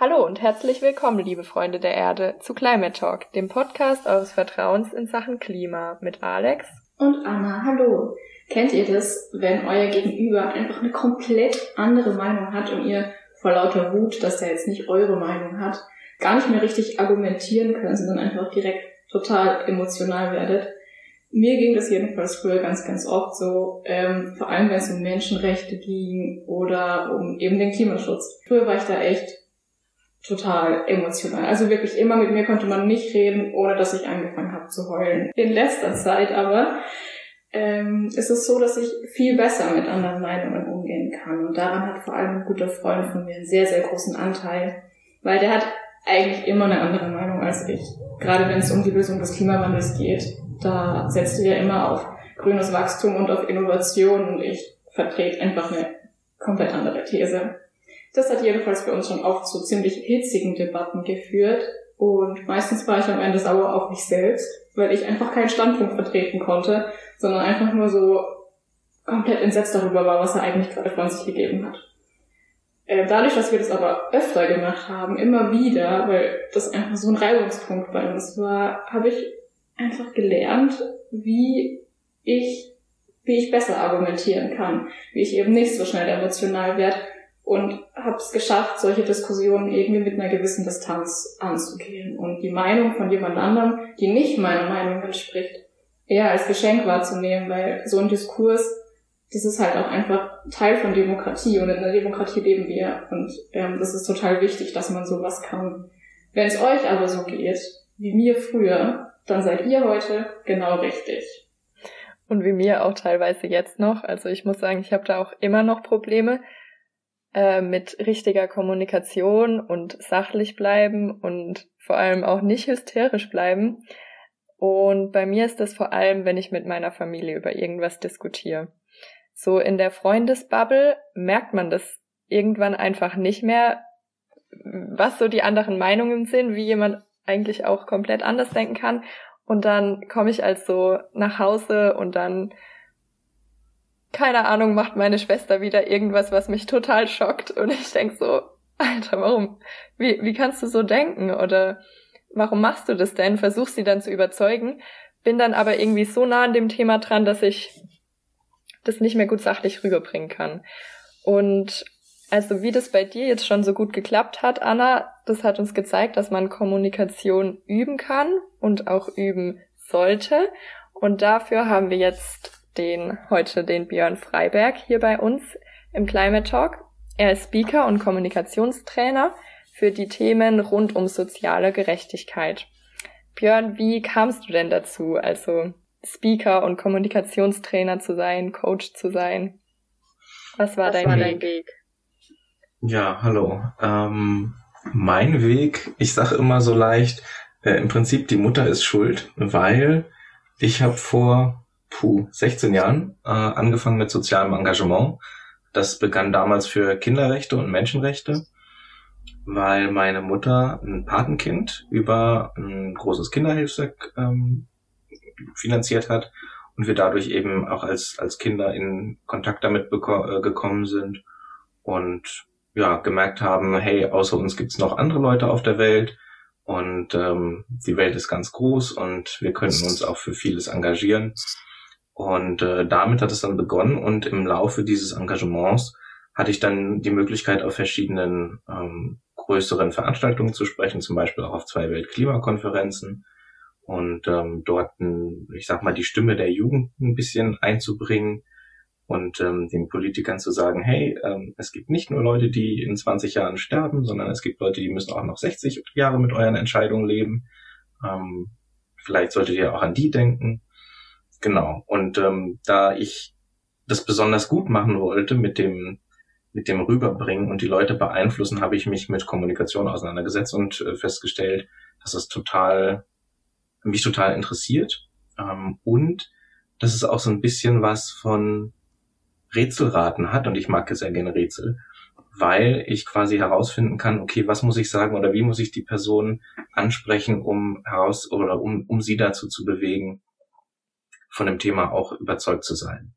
Hallo und herzlich willkommen, liebe Freunde der Erde, zu Climate Talk, dem Podcast eures Vertrauens in Sachen Klima mit Alex und Anna. Hallo. Kennt ihr das, wenn euer Gegenüber einfach eine komplett andere Meinung hat und ihr vor lauter Wut, dass der jetzt nicht eure Meinung hat, gar nicht mehr richtig argumentieren könnt, sondern einfach direkt total emotional werdet? Mir ging das jedenfalls früher ganz, ganz oft so, vor allem wenn es um Menschenrechte ging oder um eben den Klimaschutz. Früher war ich da echt total emotional. Also wirklich immer mit mir konnte man nicht reden, ohne dass ich angefangen habe zu heulen. In letzter Zeit aber ist es so, dass ich viel besser mit anderen Meinungen umgehen kann. Und daran hat vor allem ein guter Freund von mir einen sehr, sehr großen Anteil, weil der hat eigentlich immer eine andere Meinung als ich. Gerade wenn es um die Lösung des Klimawandels geht, da setzt er ja immer auf grünes Wachstum und auf Innovation und ich vertrete einfach eine komplett andere These. Das hat jedenfalls bei uns schon oft zu ziemlich hitzigen Debatten geführt und meistens war ich am Ende sauer auf mich selbst, weil ich einfach keinen Standpunkt vertreten konnte, sondern einfach nur so komplett entsetzt darüber war, was er eigentlich gerade von sich gegeben hat. Dadurch, dass wir das aber öfter gemacht haben, immer wieder, weil das einfach so ein Reibungspunkt bei uns war, habe ich einfach gelernt, wie ich besser argumentieren kann, wie ich eben nicht so schnell emotional werde und habe es geschafft, solche Diskussionen irgendwie mit einer gewissen Distanz anzugehen und die Meinung von jemand anderem, die nicht meiner Meinung entspricht, eher als Geschenk wahrzunehmen, weil so ein Diskurs, das ist halt auch einfach Teil von Demokratie und in einer Demokratie leben wir und das ist total wichtig, dass man sowas kann. Wenn es euch aber so geht, wie mir früher, dann seid ihr heute genau richtig. Und wie mir auch teilweise jetzt noch. Also ich muss sagen, ich habe da auch immer noch Probleme mit richtiger Kommunikation und sachlich bleiben und vor allem auch nicht hysterisch bleiben. Und bei mir ist das vor allem, wenn ich mit meiner Familie über irgendwas diskutiere. So in der Freundesbubble merkt man das irgendwann einfach nicht mehr, was so die anderen Meinungen sind, wie jemand eigentlich auch komplett anders denken kann. Und dann komme ich also nach Hause und dann, keine Ahnung, macht meine Schwester wieder irgendwas, was mich total schockt. Und ich denk so, Alter, warum? Wie kannst du so denken? Oder warum machst du das denn? Versuch sie dann zu überzeugen. Bin dann aber irgendwie so nah an dem Thema dran, dass ich das nicht mehr gut sachlich rüberbringen kann. Und also wie das bei dir jetzt schon so gut geklappt hat, Anna, das hat uns gezeigt, dass man Kommunikation üben kann und auch üben sollte. Und dafür haben wir jetzt heute den Björn Freiberg hier bei uns im Climate Talk. Er ist Speaker und Kommunikationstrainer für die Themen rund um soziale Gerechtigkeit. Björn, wie kamst du denn dazu, also Speaker und Kommunikationstrainer zu sein, Coach zu sein? Was war dein Weg? Ja, hallo. Mein Weg, ich sage immer so leicht, im Prinzip die Mutter ist schuld, weil ich habe vor 16 Jahren angefangen mit sozialem Engagement. Das begann damals für Kinderrechte und Menschenrechte, weil meine Mutter ein Patenkind über ein großes Kinderhilfswerk finanziert hat und wir dadurch eben auch als Kinder in Kontakt damit gekommen sind und ja gemerkt haben, hey, außer uns gibt's noch andere Leute auf der Welt und die Welt ist ganz groß und wir könnten uns auch für vieles engagieren. Und damit hat es dann begonnen und im Laufe dieses Engagements hatte ich dann die Möglichkeit, auf verschiedenen größeren Veranstaltungen zu sprechen, zum Beispiel auch auf 2 Weltklimakonferenzen und dort, ich sag mal, die Stimme der Jugend ein bisschen einzubringen und den Politikern zu sagen, hey, es gibt nicht nur Leute, die in 20 Jahren sterben, sondern es gibt Leute, die müssen auch noch 60 Jahre mit euren Entscheidungen leben. Vielleicht solltet ihr auch an die denken. Genau. Und da ich das besonders gut machen wollte mit dem Rüberbringen und die Leute beeinflussen, habe ich mich mit Kommunikation auseinandergesetzt und festgestellt, dass es mich total interessiert. Und dass es auch so ein bisschen was von Rätselraten hat und ich mag sehr gerne Rätsel, weil ich quasi herausfinden kann, okay, was muss ich sagen oder wie muss ich die Person ansprechen, um sie dazu zu bewegen, von dem Thema auch überzeugt zu sein.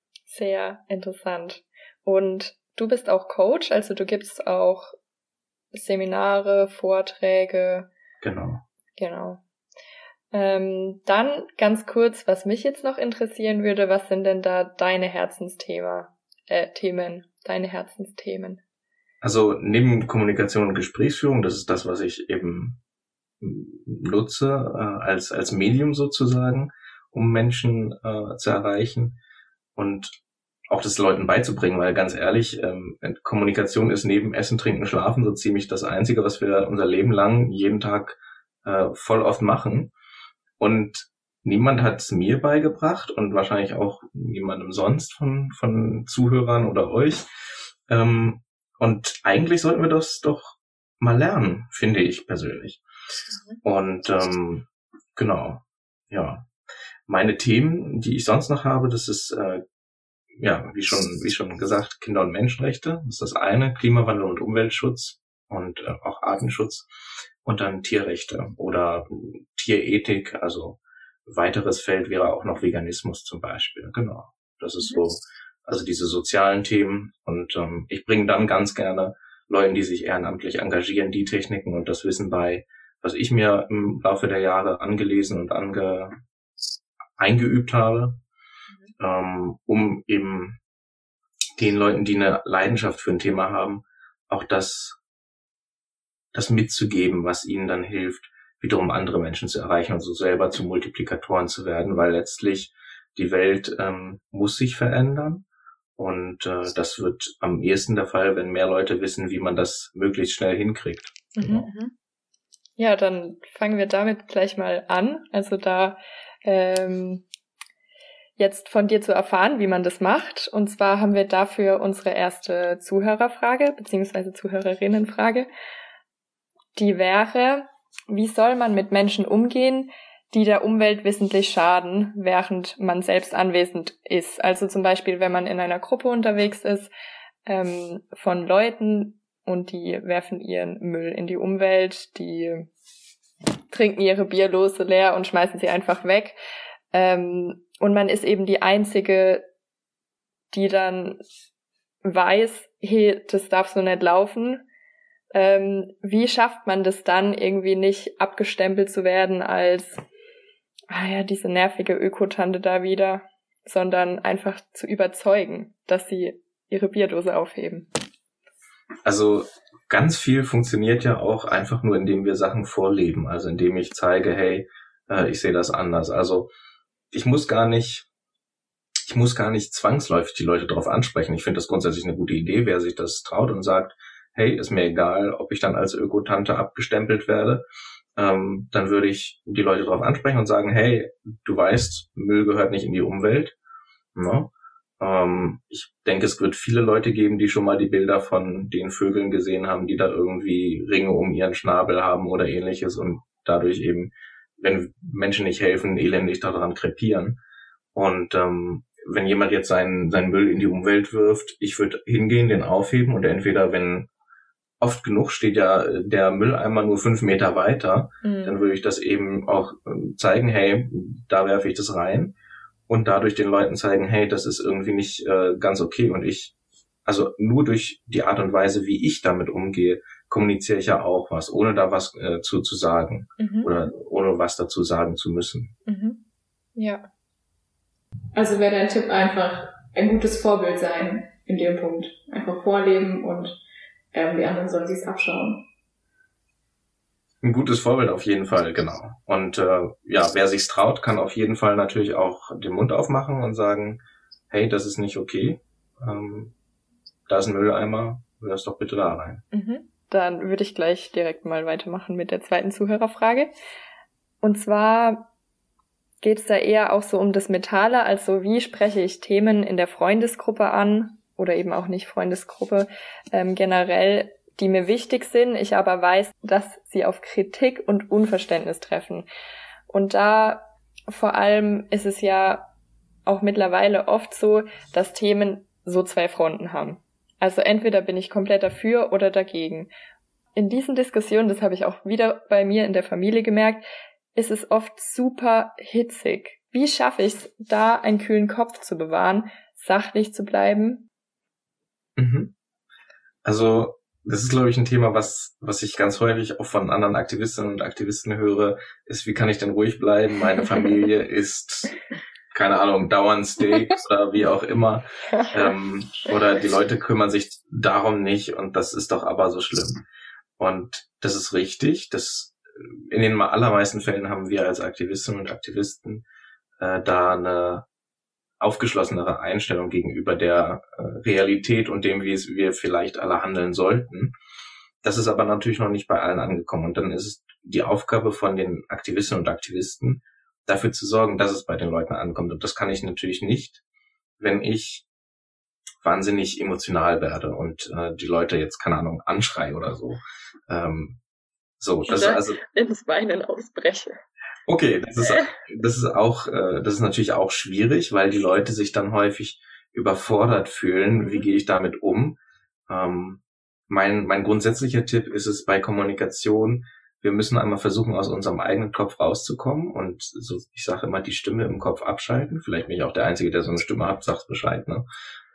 Sehr interessant. Und du bist auch Coach, also du gibst auch Seminare, Vorträge. Genau. Dann ganz kurz, was mich jetzt noch interessieren würde, was sind denn da deine Herzensthemen? Also neben Kommunikation und Gesprächsführung, das ist das, was ich eben nutze als Medium sozusagen, um Menschen zu erreichen und auch das Leuten beizubringen, weil ganz ehrlich, Kommunikation ist neben Essen, Trinken, Schlafen so ziemlich das Einzige, was wir unser Leben lang jeden Tag voll oft machen. Und niemand hat es mir beigebracht und wahrscheinlich auch niemandem sonst von Zuhörern oder euch. Und eigentlich sollten wir das doch mal lernen, finde ich persönlich. Und genau, ja. Meine Themen, die ich sonst noch habe, das ist wie schon gesagt, Kinder- und Menschenrechte. Das ist das eine, Klimawandel und Umweltschutz und auch Artenschutz. Und dann Tierrechte oder Tierethik, also weiteres Feld wäre auch noch Veganismus zum Beispiel. Genau, das ist so, also diese sozialen Themen. Und ich bringe dann ganz gerne Leuten, die sich ehrenamtlich engagieren, die Techniken und das Wissen bei, was ich mir im Laufe der Jahre angelesen und eingeübt habe, um eben den Leuten, die eine Leidenschaft für ein Thema haben, auch das mitzugeben, was ihnen dann hilft, wiederum andere Menschen zu erreichen und so selber zu Multiplikatoren zu werden, weil letztlich die Welt muss sich verändern und das wird am ehesten der Fall, wenn mehr Leute wissen, wie man das möglichst schnell hinkriegt. Genau. Ja, dann fangen wir damit gleich mal an. Also da jetzt von dir zu erfahren, wie man das macht. Und zwar haben wir dafür unsere erste Zuhörerfrage, beziehungsweise Zuhörerinnenfrage. Die wäre, wie soll man mit Menschen umgehen, die der Umwelt wissentlich schaden, während man selbst anwesend ist? Also zum Beispiel, wenn man in einer Gruppe unterwegs ist, von Leuten und die werfen ihren Müll in die Umwelt, die trinken ihre Bierdose leer und schmeißen sie einfach weg. Und man ist eben die Einzige, die dann weiß, hey, das darf so nicht laufen. Wie schafft man das dann, irgendwie nicht abgestempelt zu werden als, diese nervige Ökotante da wieder, sondern einfach zu überzeugen, dass sie ihre Bierdose aufheben? Also ganz viel funktioniert ja auch einfach nur, indem wir Sachen vorleben, also indem ich zeige, hey, ich sehe das anders. Also ich muss gar nicht zwangsläufig die Leute darauf ansprechen. Ich finde das grundsätzlich eine gute Idee, wer sich das traut und sagt, hey, ist mir egal, ob ich dann als Ökotante abgestempelt werde, dann würde ich die Leute darauf ansprechen und sagen, hey, du weißt, Müll gehört nicht in die Umwelt. No? Ich denke, es wird viele Leute geben, die schon mal die Bilder von den Vögeln gesehen haben, die da irgendwie Ringe um ihren Schnabel haben oder ähnliches und dadurch eben, wenn Menschen nicht helfen, elendig daran krepieren. Und wenn jemand jetzt seinen Müll in die Umwelt wirft, ich würde hingehen, den aufheben und entweder, wenn oft genug steht ja der Mülleimer nur 5 Meter weiter, dann würde ich das eben auch zeigen, hey, da werfe ich das rein und dadurch den Leuten zeigen, hey, das ist irgendwie nicht ganz okay und also nur durch die Art und Weise, wie ich damit umgehe, kommuniziere ich ja auch was, ohne da was zu sagen oder ohne was dazu sagen zu müssen. Ja. Also wäre dein Tipp einfach ein gutes Vorbild sein in dem Punkt. Einfach vorleben und die anderen sollen sich's abschauen. Ein gutes Vorbild auf jeden Fall, genau. Und wer sich's traut, kann auf jeden Fall natürlich auch den Mund aufmachen und sagen, hey, das ist nicht okay. Da ist ein Mülleimer, wirf doch bitte da rein. Dann würde ich gleich direkt mal weitermachen mit der zweiten Zuhörerfrage. Und zwar geht es da eher auch so um das Mentale, also wie spreche ich Themen in der Freundesgruppe an oder eben auch nicht Freundesgruppe generell, die mir wichtig sind, ich aber weiß, dass sie auf Kritik und Unverständnis treffen. Und da vor allem ist es ja auch mittlerweile oft so, dass Themen so 2 Fronten haben. Also entweder bin ich komplett dafür oder dagegen. In diesen Diskussionen, das habe ich auch wieder bei mir in der Familie gemerkt, ist es oft super hitzig. Wie schaffe ich es, da einen kühlen Kopf zu bewahren, sachlich zu bleiben? Also das ist, glaube ich, ein Thema, was ich ganz häufig auch von anderen Aktivistinnen und Aktivisten höre, ist, wie kann ich denn ruhig bleiben? Meine Familie isst, keine Ahnung, dauernd Steaks oder wie auch immer. Oder die Leute kümmern sich darum nicht und das ist doch aber so schlimm. Und das ist richtig. In den allermeisten Fällen haben wir als Aktivistinnen und Aktivisten da eine aufgeschlossenere Einstellung gegenüber der Realität und dem, wie wir vielleicht alle handeln sollten. Das ist aber natürlich noch nicht bei allen angekommen. Und dann ist es die Aufgabe von den Aktivistinnen und Aktivisten, dafür zu sorgen, dass es bei den Leuten ankommt. Und das kann ich natürlich nicht, wenn ich wahnsinnig emotional werde und die Leute jetzt, keine Ahnung, anschreie oder so. Ins Weinen ausbreche. Okay, das ist natürlich auch schwierig, weil die Leute sich dann häufig überfordert fühlen. Wie gehe ich damit um? Mein grundsätzlicher Tipp ist es bei Kommunikation, wir müssen einmal versuchen, aus unserem eigenen Kopf rauszukommen und so, ich sage immer, die Stimme im Kopf abschalten. Vielleicht bin ich auch der Einzige, der so eine Stimme hat, sagt Bescheid, ne?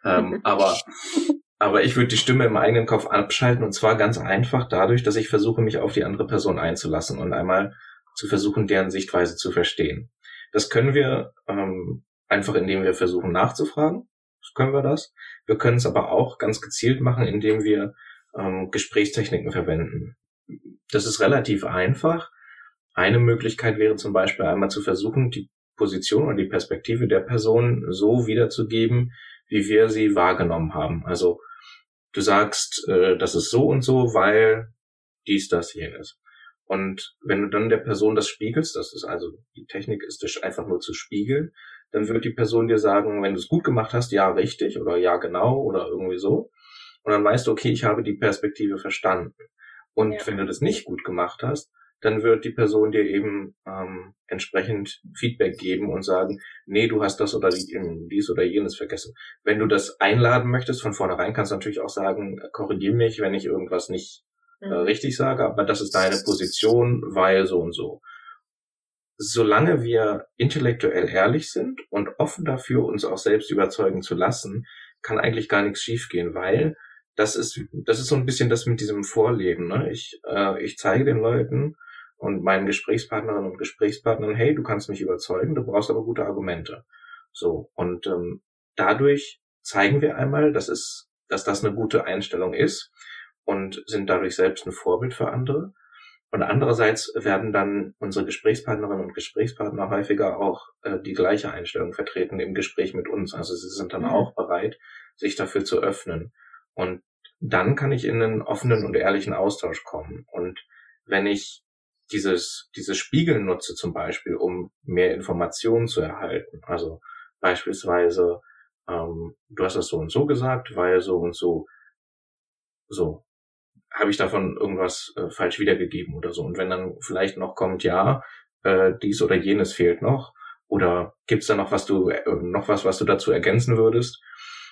Aber ich würde die Stimme im eigenen Kopf abschalten und zwar ganz einfach dadurch, dass ich versuche, mich auf die andere Person einzulassen und einmal zu versuchen, deren Sichtweise zu verstehen. Das können wir einfach, indem wir versuchen nachzufragen. Können wir das. Wir können es aber auch ganz gezielt machen, indem wir Gesprächstechniken verwenden. Das ist relativ einfach. Eine Möglichkeit wäre zum Beispiel einmal zu versuchen, die Position und die Perspektive der Person so wiederzugeben, wie wir sie wahrgenommen haben. Also du sagst, das ist so und so, weil dies, das, jenes. Und wenn du dann der Person das spiegelst, das ist also, die Technik ist das einfach nur zu spiegeln, dann wird die Person dir sagen, wenn du es gut gemacht hast, ja, richtig oder ja, genau oder irgendwie so. Und dann weißt du, okay, ich habe die Perspektive verstanden. Und wenn du das nicht gut gemacht hast, dann wird die Person dir eben entsprechend Feedback geben und sagen, nee, du hast das oder dies oder jenes vergessen. Wenn du das einladen möchtest, von vornherein kannst du natürlich auch sagen, korrigier mich, wenn ich irgendwas nicht richtig sage, aber das ist deine Position, weil so und so. Solange wir intellektuell ehrlich sind und offen dafür, uns auch selbst überzeugen zu lassen, kann eigentlich gar nichts schiefgehen, weil das ist so ein bisschen das mit diesem Vorleben, ne? Ich zeige den Leuten und meinen Gesprächspartnerinnen und Gesprächspartnern, hey, du kannst mich überzeugen, du brauchst aber gute Argumente. So, und dadurch zeigen wir einmal, dass das eine gute Einstellung ist und sind dadurch selbst ein Vorbild für andere. Und andererseits werden dann unsere Gesprächspartnerinnen und Gesprächspartner häufiger auch die gleiche Einstellung vertreten im Gespräch mit uns. Also sie sind dann auch bereit, sich dafür zu öffnen. Und dann kann ich in einen offenen und ehrlichen Austausch kommen. Und wenn ich dieses Spiegeln nutze zum Beispiel, um mehr Informationen zu erhalten, also beispielsweise, du hast das so und so gesagt, weil so und so habe ich davon irgendwas falsch wiedergegeben oder so. Und wenn dann vielleicht noch kommt, ja, dies oder jenes fehlt noch, oder gibt's da noch was du dazu ergänzen würdest,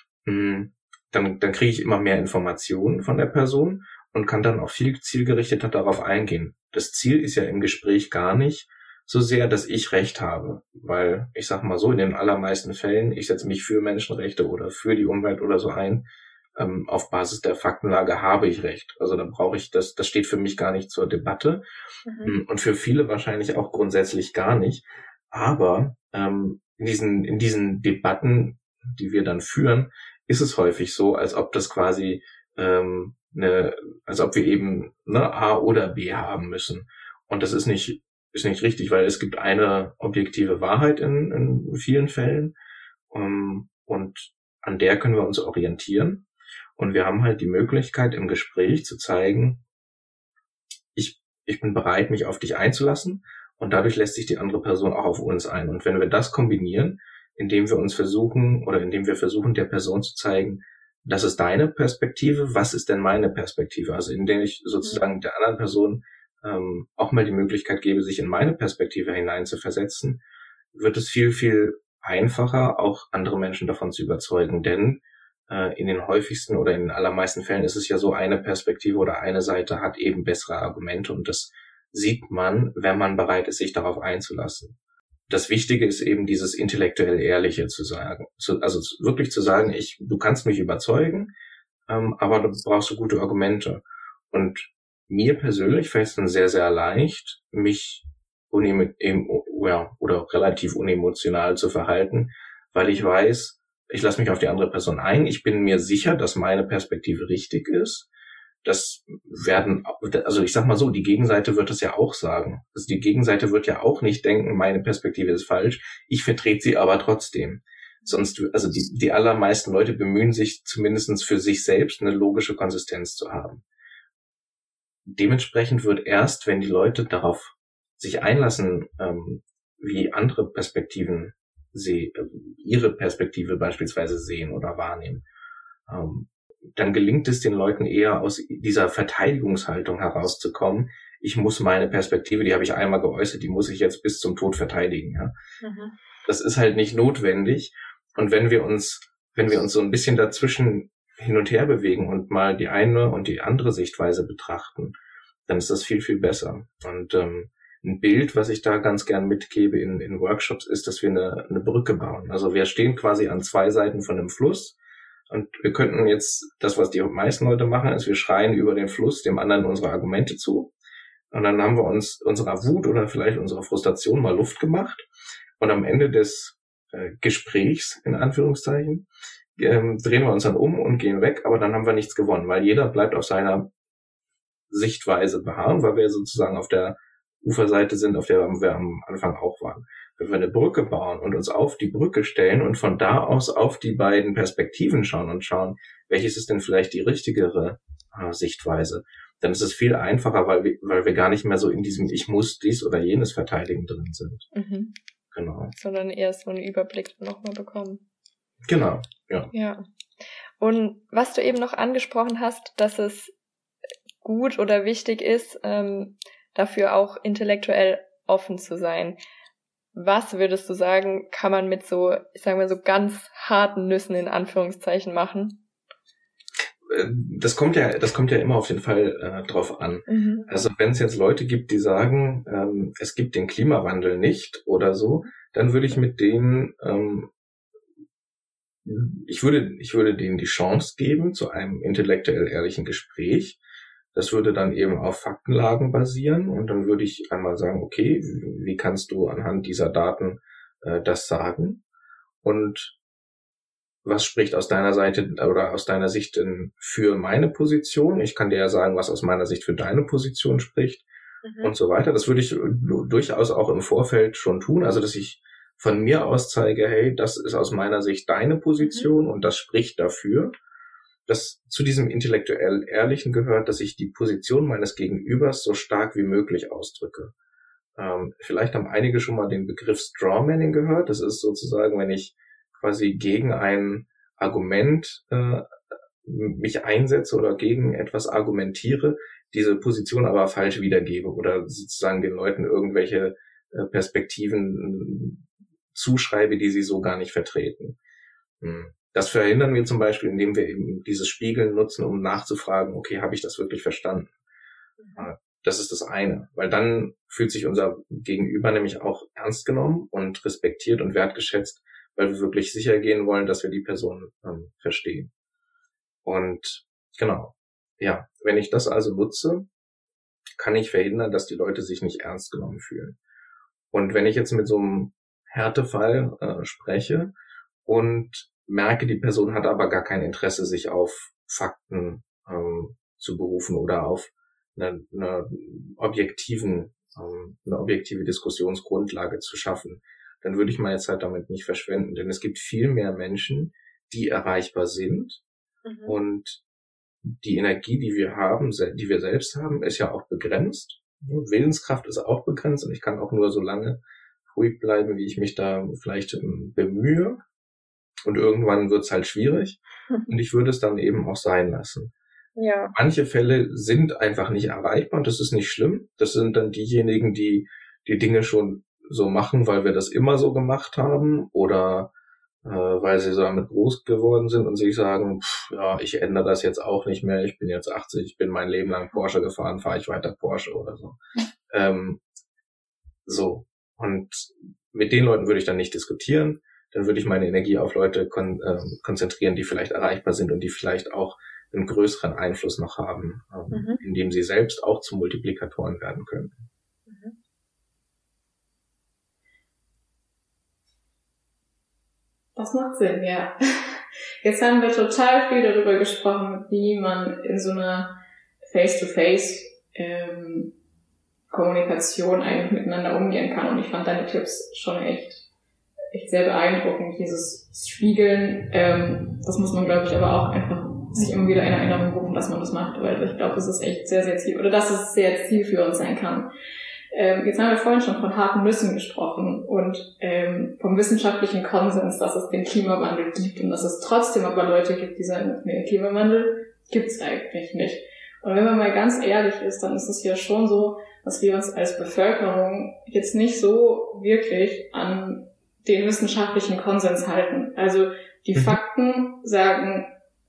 dann kriege ich immer mehr Informationen von der Person und kann dann auch viel zielgerichteter darauf eingehen. Das Ziel ist ja im Gespräch gar nicht so sehr, dass ich Recht habe, weil ich sag mal so, in den allermeisten Fällen, ich setze mich für Menschenrechte oder für die Umwelt oder so ein, auf Basis der Faktenlage habe ich Recht. Also dann brauche ich das steht für mich gar nicht zur Debatte und für viele wahrscheinlich auch grundsätzlich gar nicht. Aber in diesen Debatten, die wir dann führen, ist es häufig so, als ob das quasi als ob wir eben A oder B haben müssen. Und das ist nicht richtig, weil es gibt eine objektive Wahrheit in vielen Fällen und an der können wir uns orientieren. Und wir haben halt die Möglichkeit im Gespräch zu zeigen, ich bin bereit, mich auf dich einzulassen und dadurch lässt sich die andere Person auch auf uns ein. Und wenn wir das kombinieren, indem wir versuchen, der Person zu zeigen, das ist deine Perspektive, was ist denn meine Perspektive? Also indem ich sozusagen der anderen Person auch mal die Möglichkeit gebe, sich in meine Perspektive hineinzuversetzen, wird es viel, viel einfacher, auch andere Menschen davon zu überzeugen. Denn in den häufigsten oder in den allermeisten Fällen ist es ja so, eine Perspektive oder eine Seite hat eben bessere Argumente und das sieht man, wenn man bereit ist, sich darauf einzulassen. Das Wichtige ist eben dieses intellektuell Ehrliche zu sagen. Also wirklich zu sagen, du kannst mich überzeugen, aber da brauchst du gute Argumente. Und mir persönlich fällt es dann sehr, sehr leicht, mich oder relativ unemotional zu verhalten, weil ich weiß, ich lasse mich auf die andere Person ein. Ich bin mir sicher, dass meine Perspektive richtig ist. Also ich sag mal so, die Gegenseite wird das ja auch sagen. Also die Gegenseite wird ja auch nicht denken, meine Perspektive ist falsch. Ich vertrete sie aber trotzdem. Sonst, also die allermeisten Leute bemühen sich zumindest für sich selbst eine logische Konsistenz zu haben. Dementsprechend wird erst, wenn die Leute darauf sich einlassen, wie andere Perspektiven ihre Perspektive beispielsweise sehen oder wahrnehmen, dann gelingt es den Leuten eher aus dieser Verteidigungshaltung herauszukommen. Ich muss meine Perspektive, die habe ich einmal geäußert, die muss ich jetzt bis zum Tod verteidigen. Ja? Mhm. Das ist halt nicht notwendig. Und wenn wir uns so ein bisschen dazwischen hin und her bewegen und mal die eine und die andere Sichtweise betrachten, dann ist das viel, viel besser. Und ein Bild, was ich da ganz gern mitgebe in Workshops, ist, dass wir eine Brücke bauen. Also wir stehen quasi an zwei Seiten von einem Fluss und wir könnten jetzt, das, was die meisten Leute machen, ist, wir schreien über den Fluss dem anderen unsere Argumente zu und dann haben wir uns unserer Wut oder vielleicht unserer Frustration mal Luft gemacht und am Ende des Gesprächs, in Anführungszeichen, drehen wir uns dann um und gehen weg, aber dann haben wir nichts gewonnen, weil jeder bleibt auf seiner Sichtweise beharren, weil wir sozusagen auf der Uferseite sind, auf der wir am Anfang auch waren. Wenn wir eine Brücke bauen und uns auf die Brücke stellen und von da aus auf die beiden Perspektiven schauen, welches ist denn vielleicht die richtigere Sichtweise, dann ist es viel einfacher, weil wir gar nicht mehr so in diesem Ich muss dies oder jenes verteidigen drin sind. Mhm. Genau. Sondern eher so einen Überblick nochmal bekommen. Genau, ja. Ja. Und was du eben noch angesprochen hast, dass es gut oder wichtig ist, dafür auch intellektuell offen zu sein. Was würdest du sagen, kann man mit so, ich sage mal, so ganz harten Nüssen in Anführungszeichen machen? Das kommt ja immer auf den Fall drauf an. Mhm. Also wenn es jetzt Leute gibt, die sagen, es gibt den Klimawandel nicht oder so, dann würde ich mit denen, ich würde denen die Chance geben zu einem intellektuell ehrlichen Gespräch. Das würde dann eben auf Faktenlagen basieren und dann würde ich einmal sagen, okay, wie kannst du anhand dieser Daten das sagen? Und was spricht aus deiner Seite oder aus deiner Sicht denn für meine Position? Ich kann dir ja sagen, was aus meiner Sicht für deine Position spricht und so weiter. Das würde ich durchaus auch im Vorfeld schon tun, also dass ich von mir aus zeige, hey, das ist aus meiner Sicht deine Position und das spricht dafür. Das zu diesem intellektuell Ehrlichen gehört, dass ich die Position meines Gegenübers so stark wie möglich ausdrücke. Vielleicht haben einige schon mal den Begriff Strawmanning gehört. Das ist sozusagen, wenn ich quasi gegen ein Argument mich einsetze oder gegen etwas argumentiere, diese Position aber falsch wiedergebe oder sozusagen den Leuten irgendwelche Perspektiven zuschreibe, die sie so gar nicht vertreten. Das verhindern wir zum Beispiel, indem wir eben dieses Spiegeln nutzen, um nachzufragen, okay, habe ich das wirklich verstanden? Das ist das eine, weil dann fühlt sich unser Gegenüber nämlich auch ernst genommen und respektiert und wertgeschätzt, weil wir wirklich sicher gehen wollen, dass wir die Person verstehen. Und genau, ja, wenn ich das also nutze, kann ich verhindern, dass die Leute sich nicht ernst genommen fühlen. Und wenn ich jetzt mit so einem Härtefall spreche und merke, die Person hat aber gar kein Interesse, sich auf Fakten zu berufen oder auf eine objektive Diskussionsgrundlage zu schaffen, dann würde ich meine Zeit damit nicht verschwenden. Denn es gibt viel mehr Menschen, die erreichbar sind und die Energie, die wir haben, die wir selbst haben, ist ja auch begrenzt. Willenskraft ist auch begrenzt und ich kann auch nur so lange ruhig bleiben, wie ich mich da vielleicht bemühe. Und irgendwann wird's halt schwierig. Und ich würde es dann eben auch sein lassen. Ja. Manche Fälle sind einfach nicht erreichbar und das ist nicht schlimm. Das sind dann diejenigen, die die Dinge schon so machen, weil wir das immer so gemacht haben oder weil sie so damit groß geworden sind und sich sagen, ja, ich ändere das jetzt auch nicht mehr. Ich bin jetzt 80, ich bin mein Leben lang Porsche gefahren, fahre ich weiter Porsche oder so. So. Und mit den Leuten würde ich dann nicht diskutieren. Dann würde ich meine Energie auf Leute konzentrieren, die vielleicht erreichbar sind und die vielleicht auch einen größeren Einfluss noch haben, indem sie selbst auch zu Multiplikatoren werden können. Das macht Sinn, ja. Jetzt haben wir total viel darüber gesprochen, wie man in so einer Face-to-Face Kommunikation eigentlich miteinander umgehen kann. Und ich fand deine Tipps schon echt sehr beeindruckend. Dieses Spiegeln, das muss man, glaube ich, aber auch einfach sich immer wieder in Erinnerung rufen, dass man das macht, weil ich glaube, das ist echt sehr, sehr dass es sehr zielführend sein kann. Jetzt haben wir vorhin schon von harten Nüssen gesprochen und vom wissenschaftlichen Konsens, dass es den Klimawandel gibt und dass es trotzdem aber Leute gibt, die sagen, nee, Klimawandel gibt's eigentlich nicht. Und wenn man mal ganz ehrlich ist, dann ist es ja schon so, dass wir uns als Bevölkerung jetzt nicht so wirklich an den wissenschaftlichen Konsens halten. Also die Fakten sagen,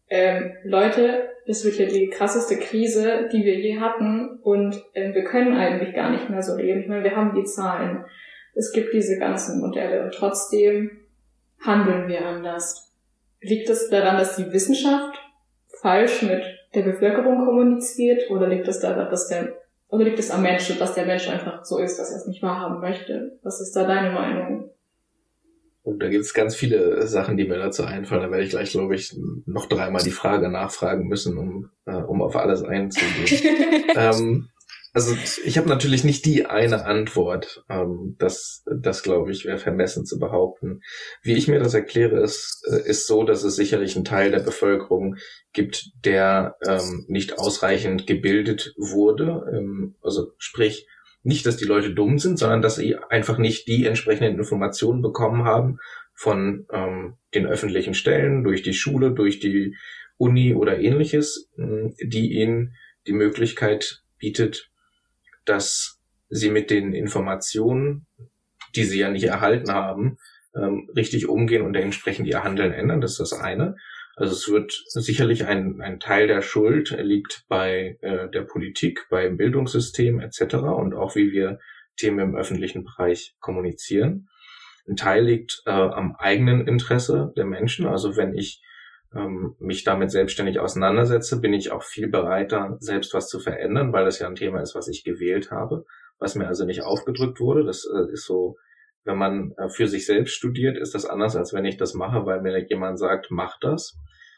Leute, das wird ja die krasseste Krise, die wir je hatten und wir können eigentlich gar nicht mehr so leben. Ich meine, wir haben die Zahlen, es gibt diese ganzen Modelle und trotzdem handeln wir anders. Liegt es daran, dass die Wissenschaft falsch mit der Bevölkerung kommuniziert oder liegt es daran, liegt es am Menschen, dass der Mensch einfach so ist, dass er es nicht wahrhaben möchte? Was ist da deine Meinung? Und da gibt es ganz viele Sachen, die mir dazu einfallen. Da werde ich gleich, glaube ich, noch 3-mal die Frage nachfragen müssen, um auf alles einzugehen. Also ich habe natürlich nicht die eine Antwort. Das glaube ich, wäre vermessen zu behaupten. Wie ich mir das erkläre, ist so, dass es sicherlich einen Teil der Bevölkerung gibt, der nicht ausreichend gebildet wurde. Also sprich, nicht, dass die Leute dumm sind, sondern dass sie einfach nicht die entsprechenden Informationen bekommen haben von den öffentlichen Stellen, durch die Schule, durch die Uni oder ähnliches, die ihnen die Möglichkeit bietet, dass sie mit den Informationen, die sie ja nicht erhalten haben, richtig umgehen und entsprechend ihr Handeln ändern. Das ist das eine. Also es wird sicherlich ein Teil der Schuld liegt bei der Politik, beim Bildungssystem etc. und auch wie wir Themen im öffentlichen Bereich kommunizieren. Ein Teil liegt am eigenen Interesse der Menschen. Also wenn ich mich damit selbstständig auseinandersetze, bin ich auch viel bereiter, selbst was zu verändern, weil das ja ein Thema ist, was ich gewählt habe, was mir also nicht aufgedrückt wurde. Das ist so, wenn man für sich selbst studiert, ist das anders, als wenn ich das mache, weil mir jemand sagt, mach das.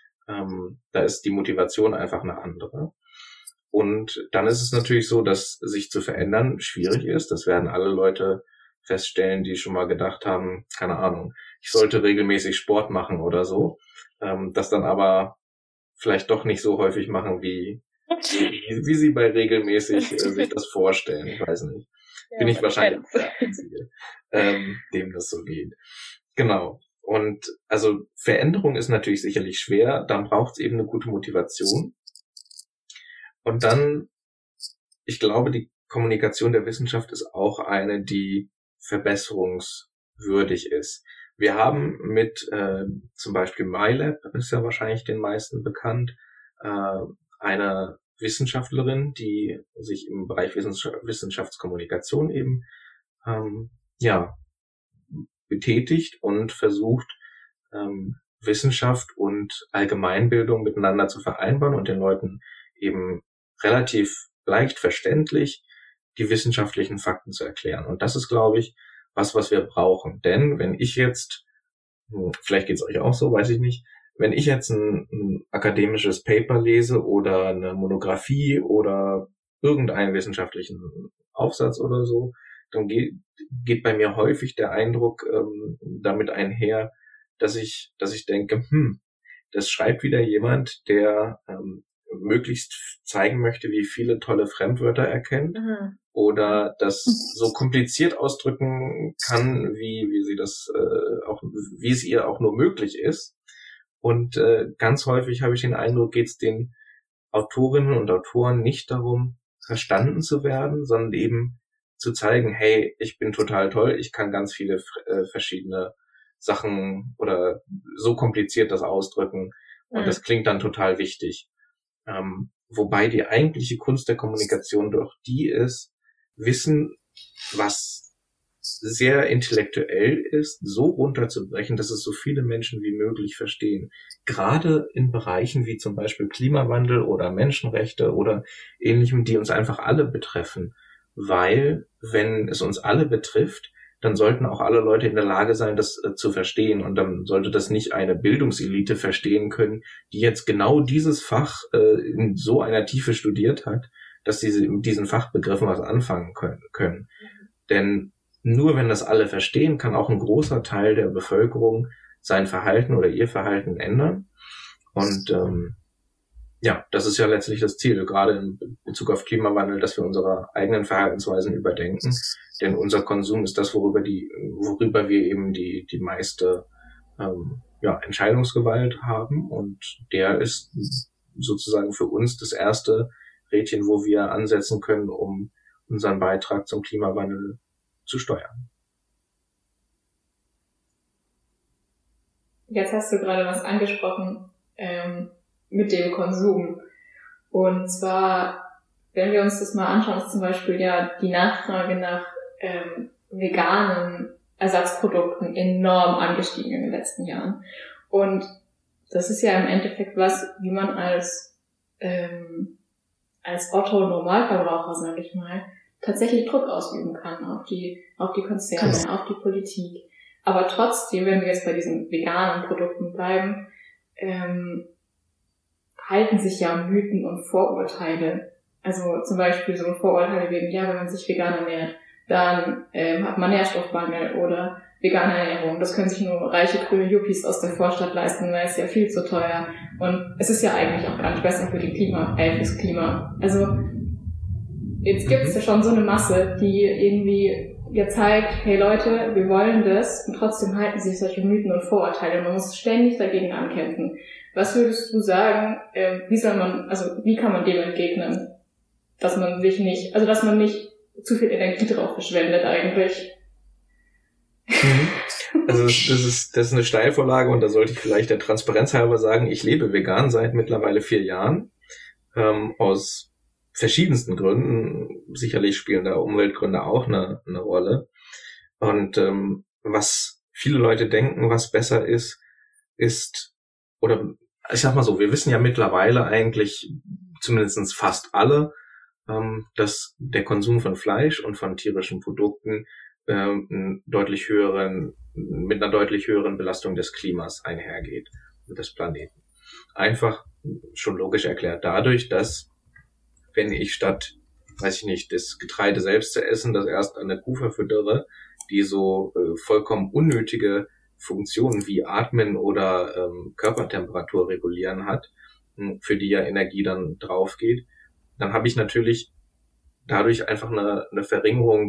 Da ist die Motivation einfach eine andere. Und dann ist es natürlich so, dass sich zu verändern schwierig ist. Das werden alle Leute feststellen, die schon mal gedacht haben, keine Ahnung, ich sollte regelmäßig Sport machen oder so. Das dann aber vielleicht doch nicht so häufig machen, wie sie bei regelmäßig sich das vorstellen. Ich weiß nicht. Bin ich wahrscheinlich der Einzige, dem das so geht. Genau. Und also Veränderung ist natürlich sicherlich schwer. Dann braucht es eben eine gute Motivation. Und dann, ich glaube, die Kommunikation der Wissenschaft ist auch eine, die verbesserungswürdig ist. Wir haben mit zum Beispiel MyLab, ist ja wahrscheinlich den meisten bekannt, eine Wissenschaftlerin, die sich im Bereich Wissenschaftskommunikation eben betätigt und versucht, Wissenschaft und Allgemeinbildung miteinander zu vereinbaren und den Leuten eben relativ leicht verständlich die wissenschaftlichen Fakten zu erklären. Und das ist, glaube ich, was wir brauchen. Denn wenn ich jetzt, vielleicht geht's euch auch so, weiß ich nicht, wenn ich jetzt ein akademisches Paper lese oder eine Monographie oder irgendeinen wissenschaftlichen Aufsatz oder so, dann geht bei mir häufig der Eindruck damit einher, dass ich denke, das schreibt wieder jemand, der möglichst zeigen möchte, wie viele tolle Fremdwörter er kennt oder das so kompliziert ausdrücken kann, wie sie das wie es ihr auch nur möglich ist. Und ganz häufig habe ich den Eindruck, geht es den Autorinnen und Autoren nicht darum, verstanden zu werden, sondern eben zu zeigen, hey, ich bin total toll, ich kann ganz viele verschiedene Sachen oder so kompliziert das ausdrücken und das klingt dann total wichtig. Wobei die eigentliche Kunst der Kommunikation doch die ist, wissen, was sehr intellektuell ist, so runterzubrechen, dass es so viele Menschen wie möglich verstehen. Gerade in Bereichen wie zum Beispiel Klimawandel oder Menschenrechte oder Ähnlichem, die uns einfach alle betreffen. Weil, wenn es uns alle betrifft, dann sollten auch alle Leute in der Lage sein, das zu verstehen. Und dann sollte das nicht eine Bildungselite verstehen können, die jetzt genau dieses Fach in so einer Tiefe studiert hat, dass sie mit diesen Fachbegriffen was anfangen können. Denn nur wenn das alle verstehen, kann auch ein großer Teil der Bevölkerung sein Verhalten oder ihr Verhalten ändern. Und das ist ja letztlich das Ziel, gerade in Bezug auf Klimawandel, dass wir unsere eigenen Verhaltensweisen überdenken. Denn unser Konsum ist das, worüber wir eben die meiste Entscheidungsgewalt haben. Und der ist sozusagen für uns das erste Rädchen, wo wir ansetzen können, um unseren Beitrag zum Klimawandel zu steuern. Jetzt hast du gerade was angesprochen mit dem Konsum. Und zwar, wenn wir uns das mal anschauen, ist zum Beispiel ja die Nachfrage nach veganen Ersatzprodukten enorm angestiegen in den letzten Jahren. Und das ist ja im Endeffekt was, wie man als Otto-Normalverbraucher, sage ich mal, tatsächlich Druck ausüben kann auf die Konzerne, auf die Politik. Aber trotzdem, wenn wir jetzt bei diesen veganen Produkten bleiben, halten sich ja Mythen und Vorurteile. Also zum Beispiel so Vorurteile wie, wenn man sich vegan ernährt, dann hat man Nährstoffmangel oder vegane Ernährung. Das können sich nur reiche grüne Yuppies aus der Vorstadt leisten, weil es ja viel zu teuer. Und es ist ja eigentlich auch gar nicht besser für fürs Klima. Also jetzt gibt es ja schon so eine Masse, die irgendwie ja zeigt, hey Leute, wir wollen das, und trotzdem halten sich solche Mythen und Vorurteile. Man muss ständig dagegen ankämpfen. Was würdest du sagen, wie kann man dem entgegnen, dass man nicht zu viel Energie drauf verschwendet eigentlich? Also das ist eine Steilvorlage, und da sollte ich vielleicht der Transparenz halber sagen, ich lebe vegan seit mittlerweile 4 Jahren, aus verschiedensten Gründen. Sicherlich spielen da Umweltgründe auch eine Rolle. Und was viele Leute denken, was besser ist, oder ich sag mal so, wir wissen ja mittlerweile eigentlich, zumindest fast alle, dass der Konsum von Fleisch und von tierischen Produkten mit einer deutlich höheren Belastung des Klimas einhergeht und des Planeten. Einfach schon logisch erklärt dadurch, dass wenn ich statt, das Getreide selbst zu essen, das erst an der Kuh verfüttere, die so vollkommen unnötige Funktionen wie Atmen oder Körpertemperatur regulieren hat, für die ja Energie dann drauf geht, dann habe ich natürlich dadurch einfach eine Verringerung